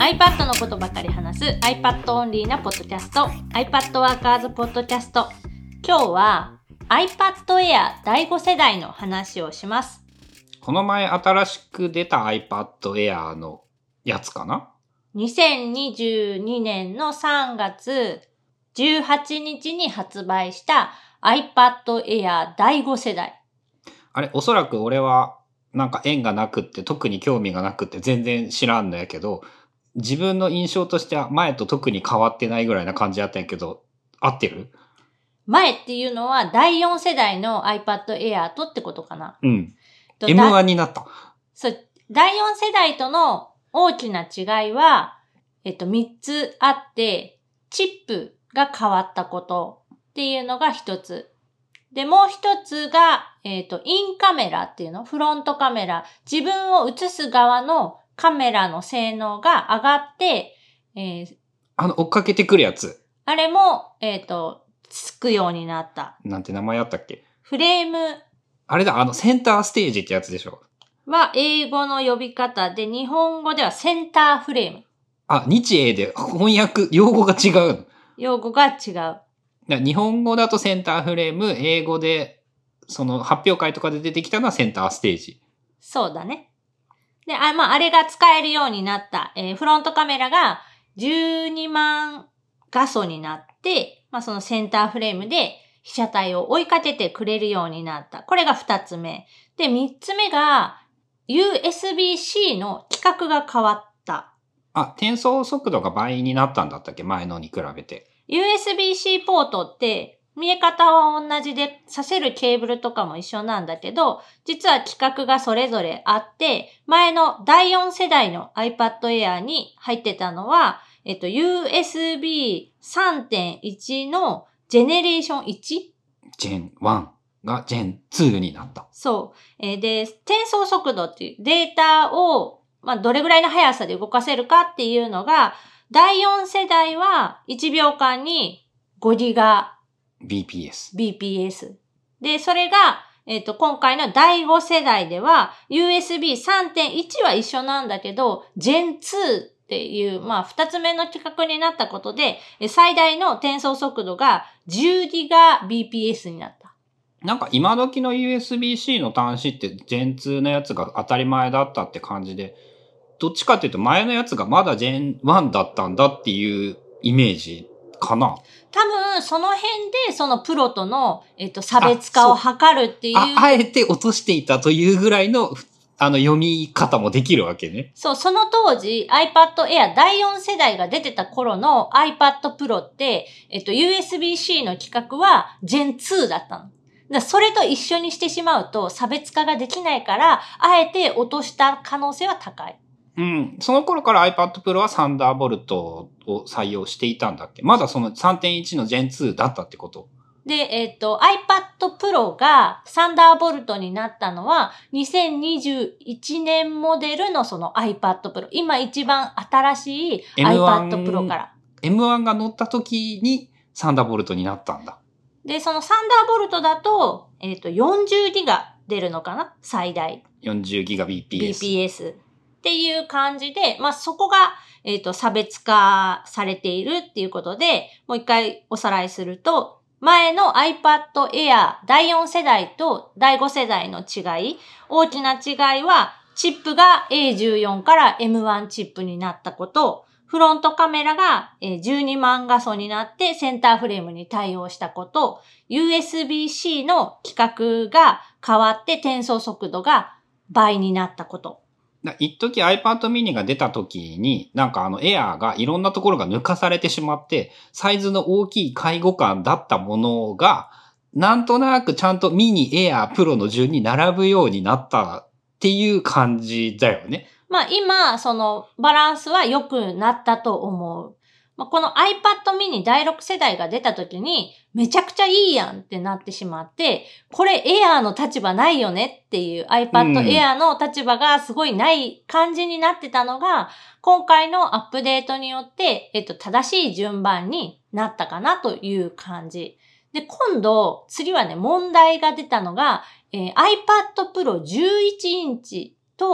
iPad のことばかり話す iPad オンリーなポッドキャスト iPad ワーカーズポッドキャスト。今日は iPad Air 第5世代の話をします。 この前新しく出た iPad Air のやつかな。 2022年の3月18日に発売した iPad Air 第5世代。 あれ、おそらく俺はなんか縁がなくって特に興味がなくって全然知らんのやけど、自分の印象としては前と特に変わってないぐらいな感じだったんやけど、合ってる？ 前っていうのは第4世代の iPad Air とってことかな。 うん。M1 になった。 そう、第4世代との大きな違いは、3つあって、チップが変わったことっていうのが一つ。で、もう一つが、インカメラっていうの、フロントカメラ。自分を映す側のカメラの性能が上がって、 追っかけてくるやつ。 あれも、つくようになった。 なんて名前あったっけ？ フレーム。 あれだ、センターステージってやつでしょ。 は英語の呼び方で、日本語ではセンターフレーム。 あ、日英で翻訳、用語が違うの。 用語が違う。 日本語だとセンターフレーム、英語で、その発表会とかで出てきたのはセンターステージ。 そうだね。で、あれが使えるようになった。フロントカメラが12万画素になって、そのセンターフレームで被写体を追いかけてくれるようになった。これが2つ目。で、3つ目が USB-C の規格が変わった。 転送速度が倍になったんだったっけ？前のに比べて。 USB-C ポートって見え方は同じで、挿せるケーブルとかも一緒なんだけど、実は規格がそれぞれあって、前の第4世代の iPad Air に入ってたのは、USB 3.1 のジェネレーション 1？ ジェン1がジェン2になった。 そう。で、転送速度っていうデータを、どれぐらいの速さで動かせるかっていうのが、第4世代は1秒間に5ギガBPS。で、それが、今回の第5世代では USB 3.1 は一緒なんだけど、Gen 2っていう、2つ目の規格になったことで、最大の転送速度が10ギガ BPS になった。 なんか今時の USB-C の端子って Gen 2のやつが当たり前だったって感じで、どっちかっていうと前のやつがまだ Gen 1だったんだっていうイメージかな。 多分、その辺で、そのプロとの、差別化を図るっていう。 あえて落としていたというぐらいの、読み方もできるわけね。 そう、その当時、iPad Air 第4世代が出てた頃の iPad Pro って、USB-C の規格は Gen 2だったの。それと一緒にしてしまうと差別化ができないから、あえて落とした可能性は高い。 うん。その頃から iPad Pro はサンダーボルトを採用していたんだっけ？まだその 3.1 の Gen 2だったってこと？ で、iPad Pro がサンダーボルトになったのは2021年モデルのその iPad Pro。今一番新しい iPad Pro から。 M1 が乗った時にサンダーボルトになったんだ。 で、そのサンダーボルトだと、40ギガ出るのかな？最大。 40ギガ BPS。 っていう感じで、そこが、差別化されているっていうことで、もう一回おさらいすると、前の iPad Air 第4世代と第5世代の違い、大きな違いは、チップが A14 から M1 チップになったこと、フロントカメラが12万画素になってセンターフレームに対応したこと、USB-C の規格が変わって転送速度が倍になったこと。 一時 iPad mini が出た時に、なんかAir がいろんなところが抜かされてしまって、サイズの大きい介護感だったものが、なんとなくちゃんとミニ Air Pro の順に並ぶようになったっていう感じだよね。 今、そのバランスは良くなったと思う。この iPad mini 第6世代が出た時に、めちゃくちゃいいやんってなってしまって、これ Air の立場ないよねっていう iPad Air の立場がすごいない感じになってたのが、今回のアップデートによって、正しい順番になったかなという感じ。で、今度、次はね、問題が出たのが、iPad Pro 11インチと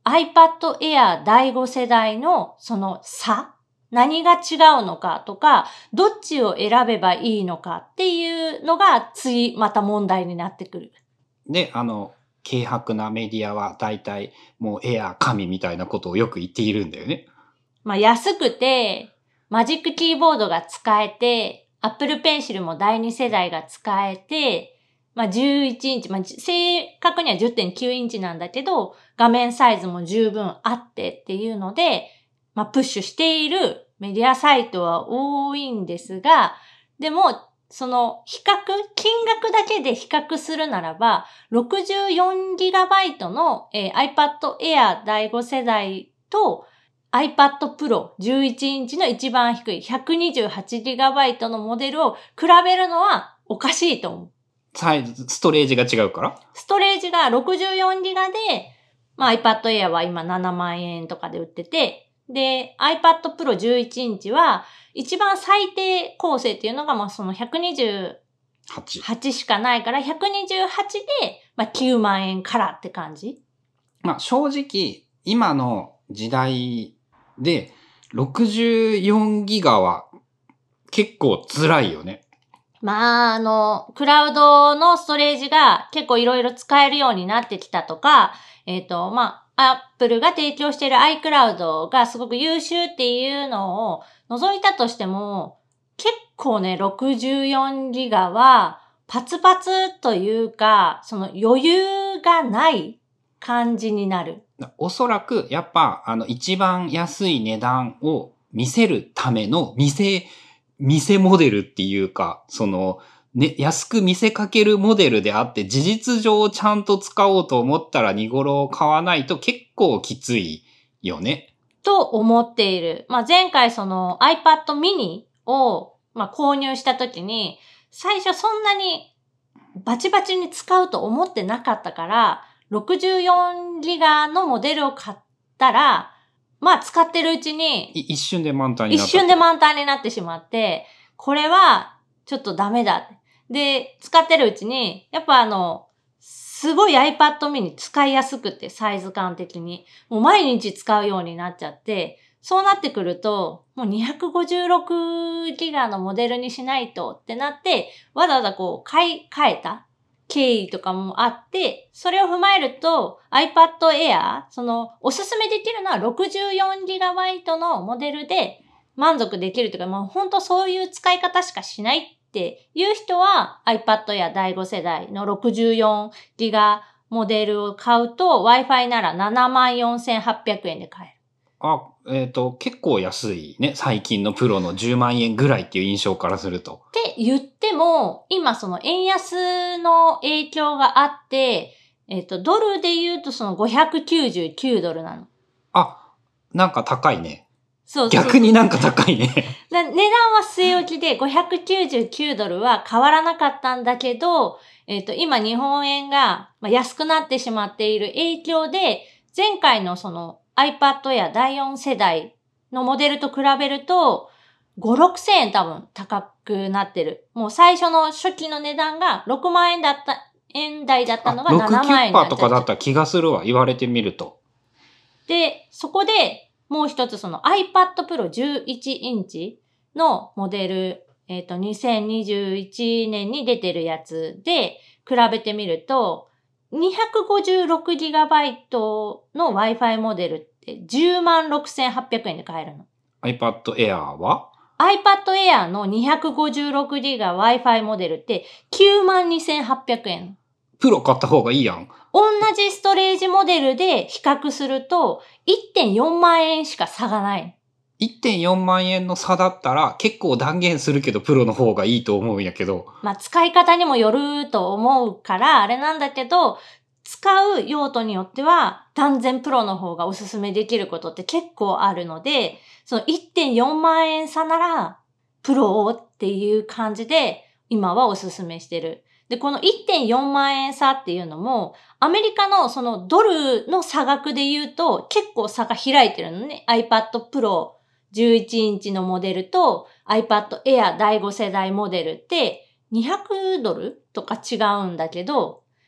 iPad Air 第5世代のその差、何が違うのかとか、どっちを選べばいいのかっていうのが次また問題になってくる。 で、軽薄なメディアは大体もうエアー神みたいなことをよく言っているんだよね。 まあ安くて、マジックキーボードが使えて、Apple Pencil も第2世代が使えて、まあ11インチ、まあ正確には 10.9 インチなんだけど、画面サイズも十分あってっていうので、まあプッシュしているメディアサイトは多いんですが、でも、その金額だけで比較するならば、64GB の、iPad Air 第5世代と iPad Pro 11インチの一番低い 128GB のモデルを比べるのはおかしいと思う。 サイズ、ストレージが違うから？ ストレージが 64GB で、まあ iPad Air は今7万円とかで売ってて、で、iPad Pro 11インチは、一番最低構成っていうのが、まあその128しかないから、128で、まあ9万円からって感じ。 まあ正直、今の時代で64ギガは結構辛いよね。 まあ、クラウドのストレージが結構いろいろ使えるようになってきたとか、まあ、Apple が提供している iCloud がすごく優秀っていうのを除いたとしても、結構ね、64ギガはパツパツというか、その余裕がない感じになる。 おそらく、やっぱ、一番安い値段を見せるための見せモデルっていうか、ね、安く見せかけるモデルであって、事実上ちゃんと使おうと思ったら2頃を買わないと結構きついよね。 と思っている。まあ、前回その iPad mini を、まあ、購入した時に、最初そんなにバチバチに使うと思ってなかったから、64ギガのモデルを買ったら、まあ使ってるうちに、 一瞬で満タンになった。 一瞬で満タンになってしまって、これはちょっとダメだ。で、使ってるうちに、やっぱすごい iPad mini 使いやすくて、サイズ感的に。もう毎日使うようになっちゃって、そうなってくると、もう256ギガのモデルにしないとってなって、わざわざこう変えた経緯とかもあって、それを踏まえると iPad Air、おすすめできるのは 64GB のモデルで満足できるというか、もう本当そういう使い方しかしないっていう人は iPad Air 第5世代の 64GB モデルを買うと Wi-Fi なら 74,800 円で買える。 結構安いね。最近のプロの10万円ぐらいっていう印象からすると。 って言っても、今その円安の影響があって、ドルで言うとその599ドルなの。 あ、なんか高いね。 そう。 逆になんか高いね。 値段は据え置きで599ドルは変わらなかったんだけど、今日本円が安くなってしまっている影響で、前回のその iPad Air 第4世代のモデルと比べると、5、6千円多分高くなってる。もう最初の初期の値段が6万円台だったのが7万円になっちゃう。 6、9%とかだった気がするわ。言われてみると。 で、そこでもう一つその iPad Pro 11インチのモデル、2021年に出てるやつで比べてみると、256GB の Wi-Fi モデルって106,800円で買えるの。 iPad Air は iPad Air の 256GB Wi-Fi モデルって92,800円。 プロ買った方がいいやん。 同じストレージモデルで比較すると 1.4 万円しか差がない。 1.4 万円の差だったら結構断言するけどプロの方がいいと思うんやけど。 まあ使い方にもよると思うからあれなんだけど、使う用途によっては断然プロの方がおすすめできることって結構あるので、その 1.4 万円差ならプロをっていう感じで今はおすすめしてる。で、この 1.4 万円差っていうのも、アメリカのそのドルの差額で言うと結構差が開いてるのね。iPad Pro 11インチのモデルと iPad Air 第5世代モデルって200ドルとか違うんだけど、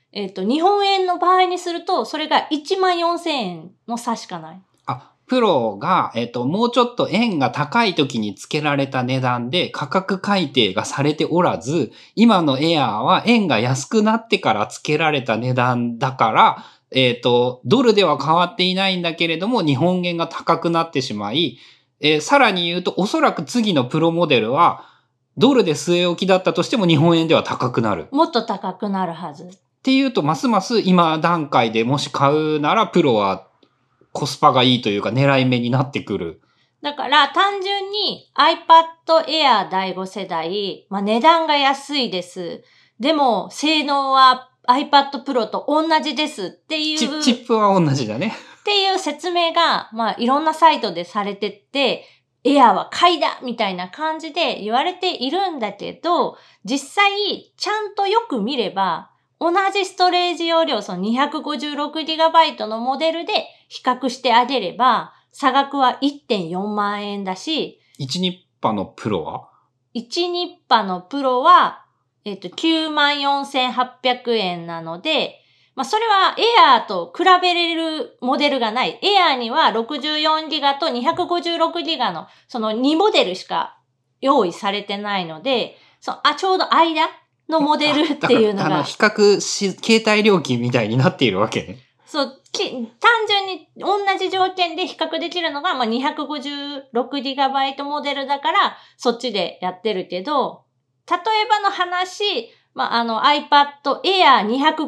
日本円の場合にすると、それが14,000円の差しかない。 プロが、もうちょっと円が高い時に付けられた値段で価格改定がされておらず、今のエアーは円が安くなってから付けられた値段だから、ドルでは変わっていないんだけれども、日本円が高くなってしまい、さらに言うと、おそらく次のプロモデルは、ドルで据え置きだったとしても日本円では高くなる。 もっと高くなるはず。 っていうと、ますます今段階でもし買うなら、プロはコスパがいいというか狙い目になってくる。 だから単純に iPad Air 第5世代、値段が安いです。でも性能は iPad Pro と同じですっていう。 チップは同じだね。 っていう説明が、いろんなサイトでされてって、Air は買いだみたいな感じで言われているんだけど、実際ちゃんとよく見れば、同じストレージ容量、その 256GB のモデルで比較してあげれば、差額は 1.4 万円だし、 1ニッパのプロは ?1 ニッパのプロは、94,800 円なので、それはエアーと比べれるモデルがない。エアーには 64GB と 256GB のその2モデルしか用意されてないので、ちょうど間のモデルっていうのが。 比較し、携帯料金みたいになっているわけね。 そう、単純に同じ条件で比較できるのが、256GB モデルだから、そっちでやってるけど、例えばの話、iPad Air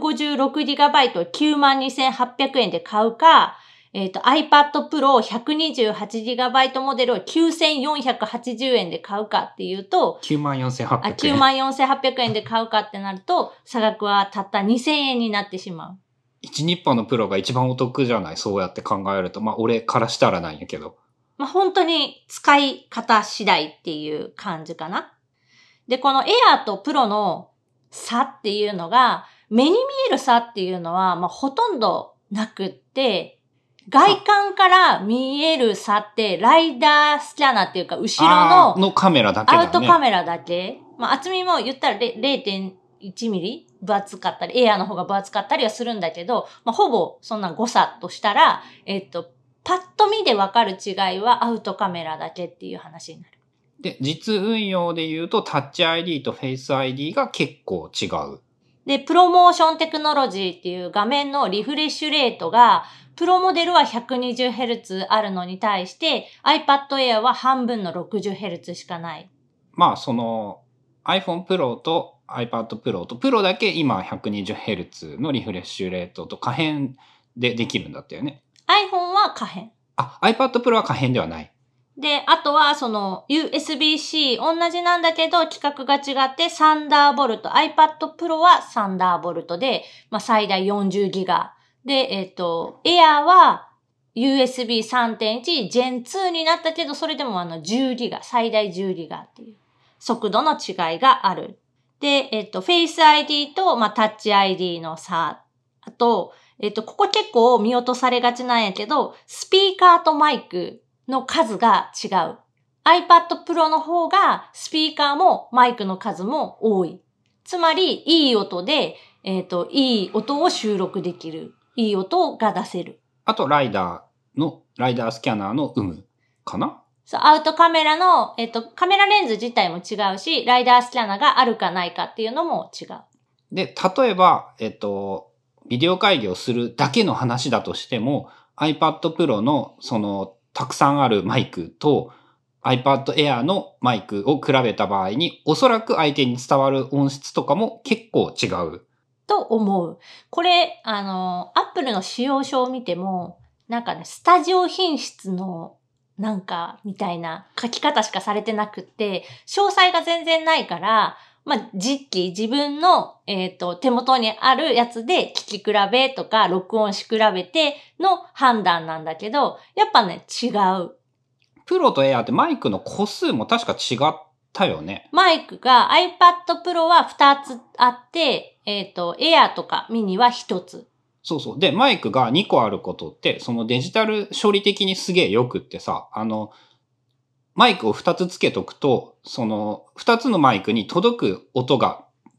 256GB 92,800 円で買うか、iPad Pro 128GB モデルを 9,480 円で買うかっていうと、 94,800円。 94,800 円で買うかってなると、差額はたった 2,000 円になってしまう。 1ニッパのプロが一番お得じゃない？そうやって考えると。俺からしたらなんやけど。 本当に使い方次第っていう感じかな。で、この Air と Pro の差っていうのが、目に見える差っていうのは、ほとんどなくって、外観から見える差って、ライダースキャナーっていうか、後ろのカメラだけだね。 アウトカメラだけ。厚みも言ったら 0.1 ミリ分厚かったり、エアーの方が分厚かったりはするんだけど、ほぼそんな誤差としたら、パッと見でわかる違いはアウトカメラだけっていう話になる。 で、実運用で言うと、タッチ ID とフェイス ID が結構違う。 で、プロモーションテクノロジーっていう画面のリフレッシュレートが、プロモデルは 120Hz あるのに対して、iPad Air は半分の 60Hz しかない。 iPhone Pro と iPad Pro と、プロだけ今 120Hz のリフレッシュレートと可変でできるんだったよね。 iPhone は可変。 iPad Pro は可変ではない。 で、あとはUSB-C 同じなんだけど規格が違ってサンダーボルト。iPad Pro はサンダーボルトで、最大40ギガ。で、Air は USB 3.1 Gen 2になったけど、それでも10ギガ、最大10ギガっていう速度の違いがある。で、Face ID と、Touch ID の差。あと、ここ結構見落とされがちなんやけど、スピーカーとマイクの数が違う。iPad Pro の方がスピーカーもマイクの数も多い。つまり、いい音で、いい音を収録できる。いい音が出せる。 あと、ライダースキャナーの有無かな？ そう、アウトカメラの、カメラレンズ自体も違うし、ライダースキャナーがあるかないかっていうのも違う。 で、例えば、ビデオ会議をするだけの話だとしても、iPad Pro のたくさんあるマイクと iPad Air のマイクを比べた場合に、おそらく相手に伝わる音質とかも結構違う。 と思う。これ、Apple の使用書を見ても、スタジオ品質のみたいな書き方しかされてなくって、詳細が全然ないから、自分の、手元にあるやつで聞き比べとか、録音し比べての判断なんだけど、やっぱね、違う。 プロとエアってマイクの個数も確か違ったよね。 マイクが iPad Pro は2つあって、エアとかミニは1つ。 そうそう。で、マイクが2個あることって、そのデジタル処理的にすげえよくってさ、マイクを2つつけとくと、2つのマイクに届く音が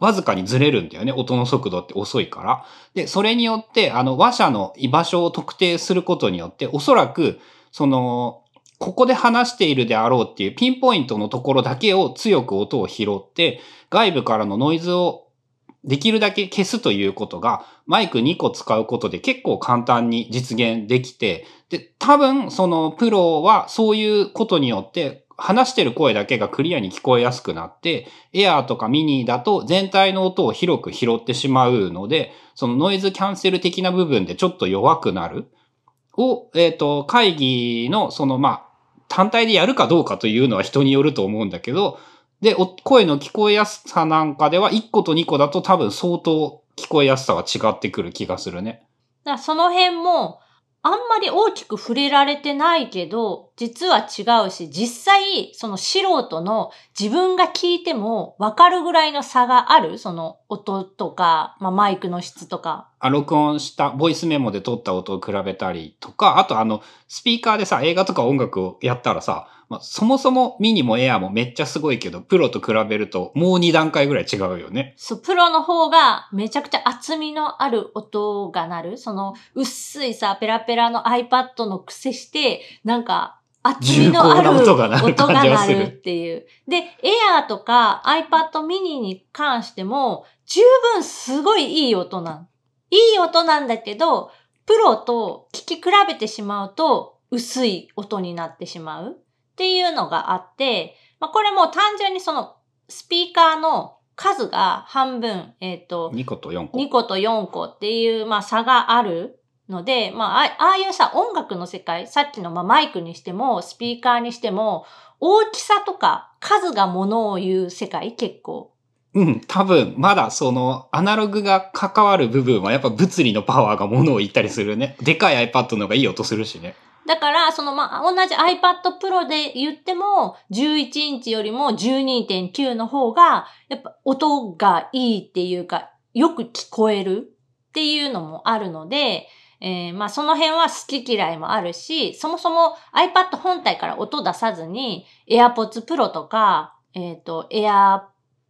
わずかにずれるんだよね。音の速度って遅いから。で、それによって、話者の居場所を特定することによって、おそらく、ここで話しているであろうっていうピンポイントのところだけを強く音を拾って、外部からのノイズをできるだけ消すということが、マイク2個使うことで結構簡単に実現できて、で、多分、プロはそういうことによって、話してる声だけがクリアに聞こえやすくなって、エアーとかミニだと全体の音を広く拾ってしまうので、そのノイズキャンセル的な部分でちょっと弱くなるを、会議の単体でやるかどうかというのは人によると思うんだけど、で、声の聞こえやすさなんかでは1個と2個だと多分相当聞こえやすさは違ってくる気がするね。 だからその辺も、あんまり大きく触れられてないけど、実は違うし、実際、その素人の自分が聞いても分かるぐらいの差がある、その音とか、マイクの質とか。 録音したボイスメモで撮った音を比べたりとか、あとスピーカーでさ、映画とか音楽をやったらさ、そもそもミニもエアもめっちゃすごいけど、プロと比べるともう2段階ぐらい違うよね。 そう、プロの方がめちゃくちゃ厚みのある音が鳴る。その薄いさ、ペラペラの iPad の癖して、なんか厚みのある音が鳴るっていう。で、エアーとか iPad mini に関しても十分すごいいい音なん。いい音なんだけど、プロと聞き比べてしまうと薄い音になってしまうっていうのがあって、これも単純にそのスピーカーの数が半分、 2個と4個。 2個と4個っていう、差があるので、ああいうさ、音楽の世界、さっきのマイクにしても、スピーカーにしても、大きさとか数がものを言う世界結構。 多分、まだアナログが関わる部分はやっぱ物理のパワーがものを言ったりするね。でかい iPad の方がいい音するしね。 だから、同じ iPad Pro で言っても、11インチよりも 12.9 の方が、やっぱ音がいいっていうか、よく聞こえるっていうのもあるので、その辺は好き嫌いもあるし、そもそも iPad 本体から音出さずに、AirPods Pro とか、AirPods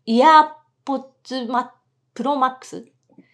Pro Max?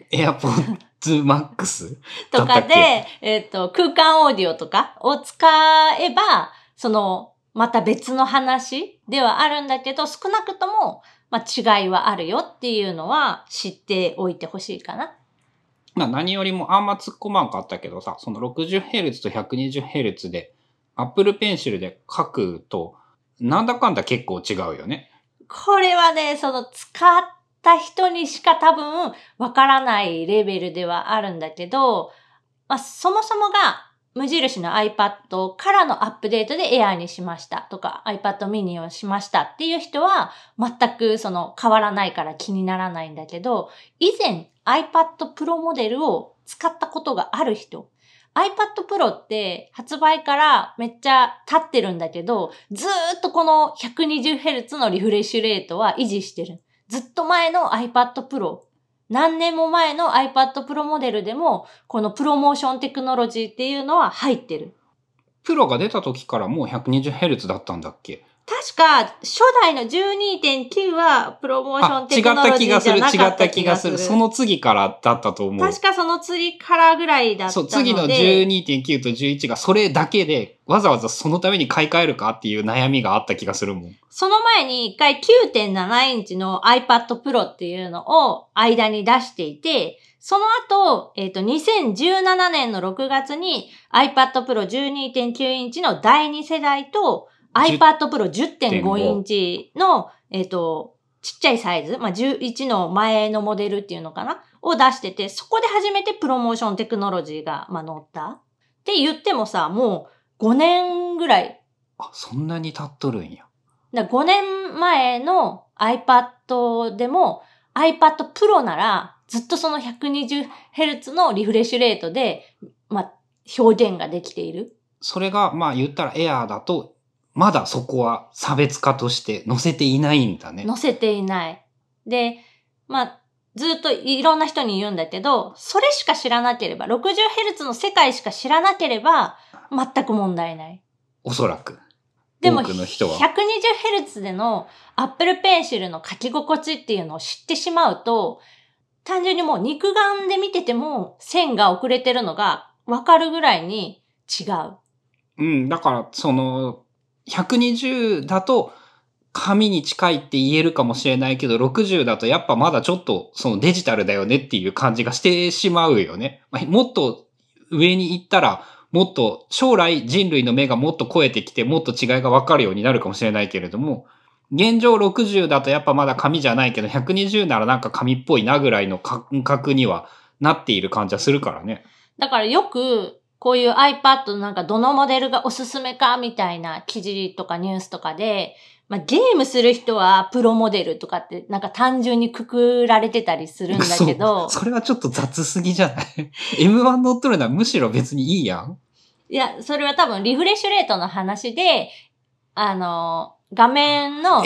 AirPods Max? とかで、空間オーディオとかを使えば、また別の話ではあるんだけど、少なくとも、違いはあるよっていうのは知っておいてほしいかな。 何よりもあんま突っ込まんかったけどさ、その 60Hz と 120Hz で Apple Pencil で書くと、なんだかんだ結構違うよね。 これはね、使った人にしか多分わからないレベルではあるんだけど、そもそもが無印の iPad からのアップデートで Air にしましたとか iPad mini をしましたっていう人は全く変わらないから気にならないんだけど、以前 iPad Pro モデルを使ったことがある人、iPad Pro って発売からめっちゃ経ってるんだけど、ずーっとこの 120Hz のリフレッシュレートは維持してる。ずっと前の iPad Pro、何年も前の iPad Pro モデルでも、このプロモーションテクノロジーっていうのは入ってる。 プロが出た時からもう 120Hz だったんだっけ？ 確か、初代の 12.9 はプロモーションテクノロジーじゃなかった気がする。 違った気がする。その次からだったと思う。 確かその次からぐらいだったので。 そう、次の 12.9 と11がそれだけで、わざわざそのために買い替えるかっていう悩みがあった気がするもん。 その前に一回 9.7 インチの iPad Pro っていうのを間に出していて、その後、2017年の6月に iPad Pro 12.9 インチの第2世代と、iPad Pro 10.5 インチの、ちっちゃいサイズ、11の前のモデルっていうのかなを出してて、そこで初めてプロモーションテクノロジーが、載った。って言ってもさ、もう5年ぐらい。 そんなに経っとるんや。 5年前の iPad でも iPad Pro ならずっとその 120Hz のリフレッシュレートで、表現ができている。 それが、言ったら Air だと、まだそこは差別化として載せていないんだね。 載せていない。で、ずっといろんな人に言うんだけど、それしか知らなければ、60Hz の世界しか知らなければ、全く問題ない。 おそらく。 でも、 多くの人は。 120Hz での Apple Pencil の書き心地っていうのを知ってしまうと、単純にもう肉眼で見てても線が遅れてるのがわかるぐらいに違う。 うん、だから、120だと、紙に近いって言えるかもしれないけど、60だとやっぱまだちょっとそのデジタルだよねっていう感じがしてしまうよね。もっと上に行ったら、もっと将来人類の目がもっと超えてきて、もっと違いがわかるようになるかもしれないけれども、現状60だとやっぱまだ紙じゃないけど、120ならなんか紙っぽいなぐらいの感覚にはなっている感じはするからね。 だからよく、こういう iPad のなんかどのモデルがおすすめかみたいな記事とかニュースとかで、ゲームする人はプロモデルとかってなんか単純にくくられてたりするんだけど。 それはちょっと雑すぎじゃない？ M1 乗っとるのはむしろ別にいいやん。 いや、それは多分リフレッシュレートの話で、画面の。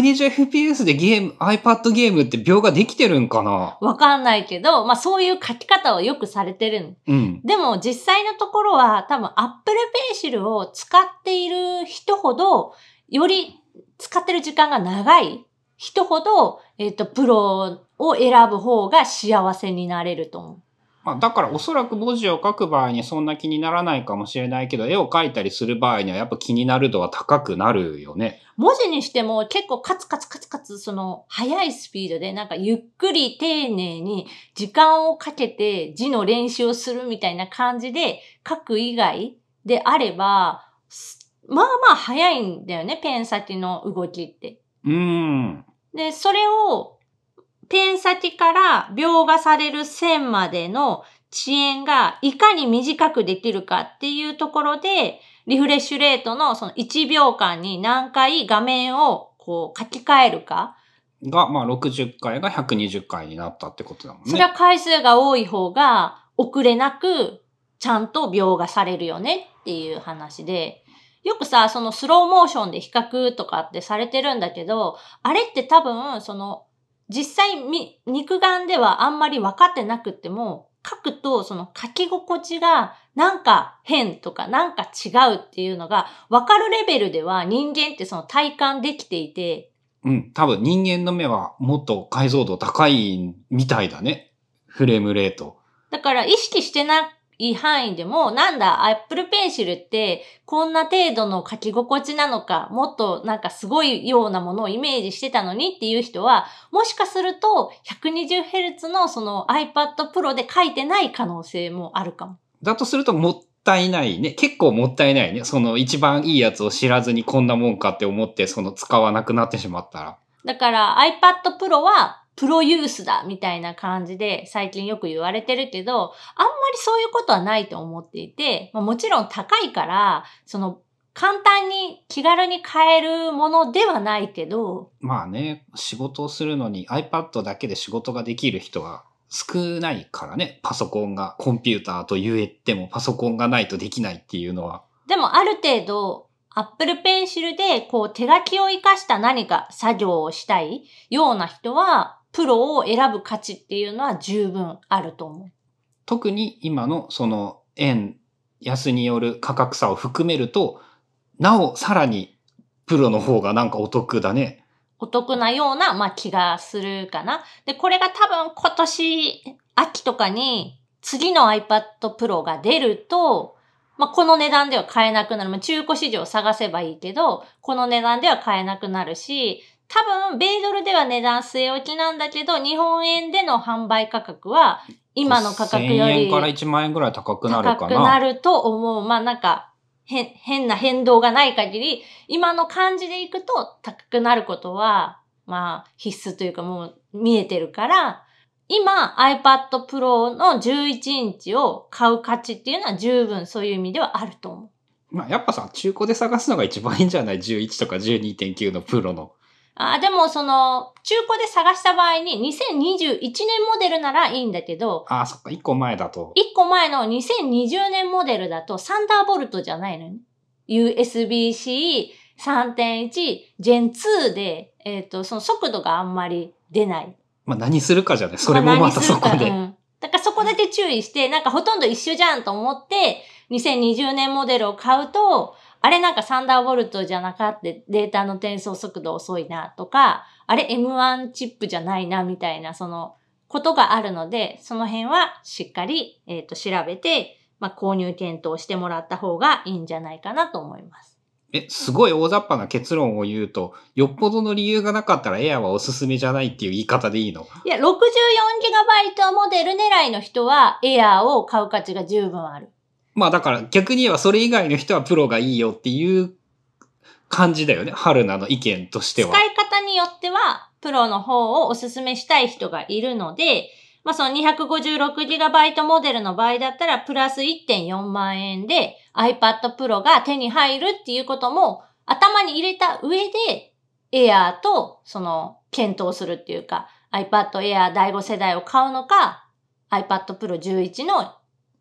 120fps でiPad ゲームって描画できてるんかな？ わかんないけど、そういう書き方をよくされてる。 うん。 でも実際のところは多分 Apple Pencil を使っている人ほど、より使ってる時間が長い人ほど、プロを選ぶ方が幸せになれると思う。 だからおそらく文字を書く場合にそんな気にならないかもしれないけど、絵を描いたりする場合にはやっぱ気になる度は高くなるよね。 文字にしても結構カツカツ速いスピードでなんかゆっくり丁寧に時間をかけて字の練習をするみたいな感じで書く以外であれば、速いんだよね、ペン先の動きって。で、それをペン先から描画される線までの遅延がいかに短くできるかっていうところで、リフレッシュレートのその1秒間に何回画面をこう書き換えるか。 が、60回が120回になったってことだもんね。 それは回数が多い方が遅れなくちゃんと描画されるよねっていう話で、よくさ、そのスローモーションで比較とかってされてるんだけど、あれって多分実際肉眼ではあんまり分かってなくっても、書くとその書き心地がなんか変とかなんか違うっていうのが分かるレベルでは人間ってその体感できていて。 多分人間の目はもっと解像度高いみたいだね。フレームレート。 だから意識してない範囲でも、なんだ、Apple Pencil ってこんな程度の書き心地なのか、もっとなんかすごいようなものをイメージしてたのにっていう人は、もしかすると 120Hz のその iPad Pro で書いてない可能性もあるかも。 だとするともったいないね。結構もったいないね。その一番いいやつを知らずにこんなもんかって思って使わなくなってしまったら。 だから iPad Pro はプロユースだみたいな感じで最近よく言われてるけど、あんまりそういうことはないと思っていて、もちろん高いから、簡単に気軽に買えるものではないけど。 仕事をするのに iPad だけで仕事ができる人は少ないからね。パソコンが、コンピューターと言えてもパソコンがないとできないっていうのは。 でもある程度、Apple Pencil で手書きを活かした何か作業をしたいような人は、プロを選ぶ価値っていうのは十分あると思う。 特に今の円安による価格差を含めると、なおさらにプロの方がなんかお得だね。 お得なような、気がするかな。で、これが多分今年秋とかに次の iPad Pro が出ると、この値段では買えなくなる。中古市場を探せばいいけど、この値段では買えなくなるし、多分、米ドルでは値段据え置きなんだけど、日本円での販売価格は、今の価格より 1000円から1万円ぐらい高くなるかな。 高くなると思う。変な変動がない限り、今の感じでいくと高くなることは、必須というかもう見えてるから、今 iPad Pro の11インチを買う価値っていうのは十分そういう意味ではあると思う。 やっぱさ、中古で探すのが一番いいんじゃない？ 11 とか 12.9 のプロの。 でも中古で探した場合に2021年モデルならいいんだけど。 そっか、1個前だと。 1個前の2020年モデルだとサンダーボルトじゃないのね。USB-C 3.1 Gen 2で、その速度があんまり出ない。 何するかじゃない。それもまたそこで。 だからそこだけ注意して、なんかほとんど一緒じゃんと思って、2020年モデルを買うと、 あれなんかサンダーボルトじゃなかってデータの転送速度遅いなとか、あれ M1 チップじゃないなみたいなそのことがあるので、その辺はしっかり、調べて、購入検討してもらった方がいいんじゃないかなと思います。 すごい大雑把な結論を言うと、よっぽどの理由がなかったらエアはおすすめじゃないっていう言い方でいいの？ いや、64GB モデル狙いの人はエアを買う価値が十分ある。 だから逆に言えばそれ以外の人はプロがいいよっていう感じだよね。春菜の意見としては。 使い方によってはプロの方をおすすめしたい人がいるので、その 256GB モデルの場合だったらプラス 1.4 万円で iPad Pro が手に入るっていうことも頭に入れた上で Air とその検討するっていうか iPad Air 第5世代を買うのか iPad Pro 11の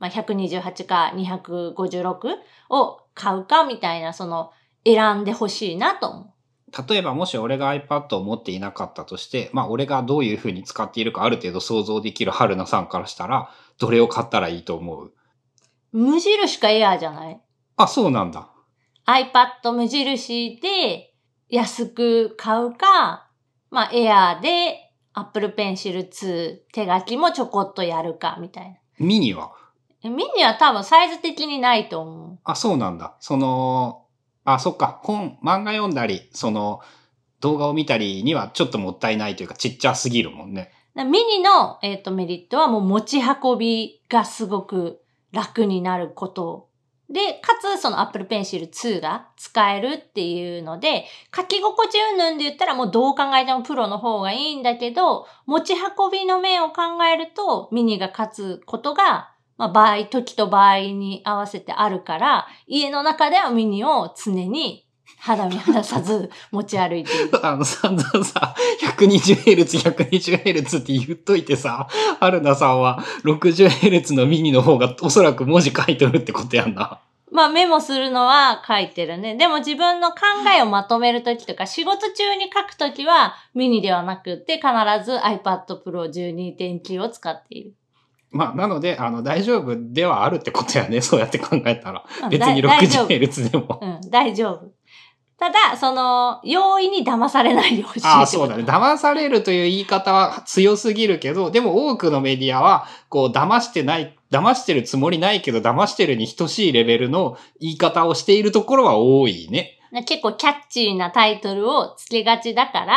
128か256を買うかみたいなその選んでほしいなと思う。 例えばもし俺が iPad を持っていなかったとして、俺がどういう風に使っているかある程度想像できる春菜さんからしたら、どれを買ったらいいと思う？ 無印か Air じゃない？ あ、そうなんだ。 iPad 無印で安く買うか、Air で Apple Pencil 2手書きもちょこっとやるかみたいな。 ミニは？ ミニは多分サイズ的にないと思う。 あ、そうなんだ。そっか。漫画読んだり、動画を見たりにはちょっともったいないというか、ちっちゃすぎるもんね。 ミニの、メリットはもう持ち運びがすごく楽になること。で、かつその Apple Pencil 2が使えるっていうので、書き心地云々で言ったらもうどう考えてもプロの方がいいんだけど、持ち運びの面を考えるとミニが勝つことが、時と場合に合わせてあるから、家の中ではミニを常に肌身離さず持ち歩いている。 散々さ、120Hz、120Hz って言っといてさ、春菜さんは 60Hz のミニの方がおそらく文字書いてるってことやんな。 メモするのは書いてるね。でも自分の考えをまとめるときとか、仕事中に書くときはミニではなくて、必ず iPad Pro 12.9 を使っている。 なので、大丈夫ではあるってことやね。そうやって考えたら。別に 60Hz でも。 大丈夫。ただ、容易に騙されないでほしい。 そうだね。騙されるという言い方は強すぎるけど、でも多くのメディアは、騙してるつもりないけど、騙してるに等しいレベルの言い方をしているところは多いね。 結構キャッチーなタイトルをつけがちだから、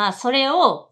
それを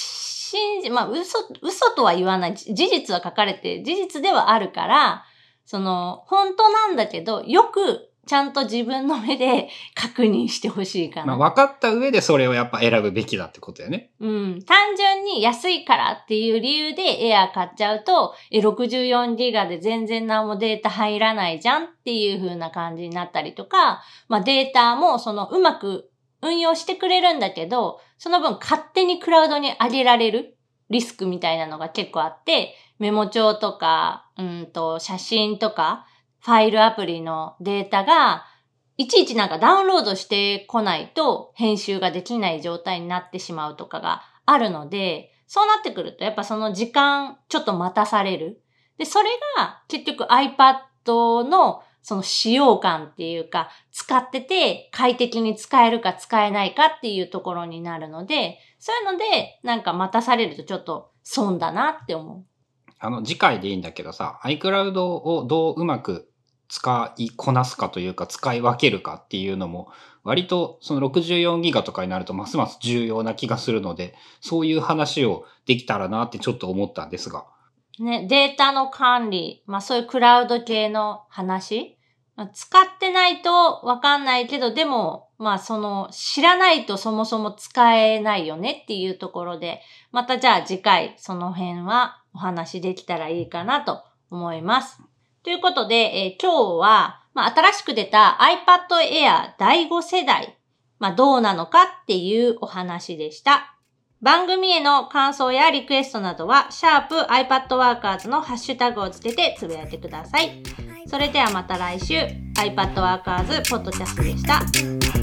嘘とは言わない。事実は書かれて、事実ではあるから、本当なんだけど、よくちゃんと自分の目で確認してほしいかな。 分かった上でそれをやっぱ選ぶべきだってことやね。 単純に安いからっていう理由でエア買っちゃうと、64ギガで全然何もデータ入らないじゃんっていう風な感じになったりとか、データもうまく運用してくれるんだけど、その分勝手にクラウドに上げられるリスクみたいなのが結構あって、メモ帳とか、写真とか、ファイルアプリのデータが、いちいちダウンロードしてこないと編集ができない状態になってしまうとかがあるので、そうなってくるとやっぱその時間ちょっと待たされる。で、それが結局 iPad のその使用感っていうか、使ってて快適に使えるか使えないかっていうところになるので、そういうので待たされるとちょっと損だなって思う。 次回でいいんだけどさ、iCloud をどううまく使いこなすかというか使い分けるかっていうのも割とその64ギガとかになるとますます重要な気がするので、そういう話をできたらなってちょっと思ったんですが。 ね、データの管理、そういうクラウド系の話、使ってないとわかんないけど、でも知らないとそもそも使えないよねっていうところで、またじゃあ次回その辺はお話できたらいいかなと思います。ということで、今日は、新しく出た iPad Air 第5世代、どうなのかっていうお話でした。番組への感想やリクエストなどは、#iPadWorkers のハッシュタグをつけてつぶやいてください。それではまた来週、iPadWorkers ポッドキャストでした。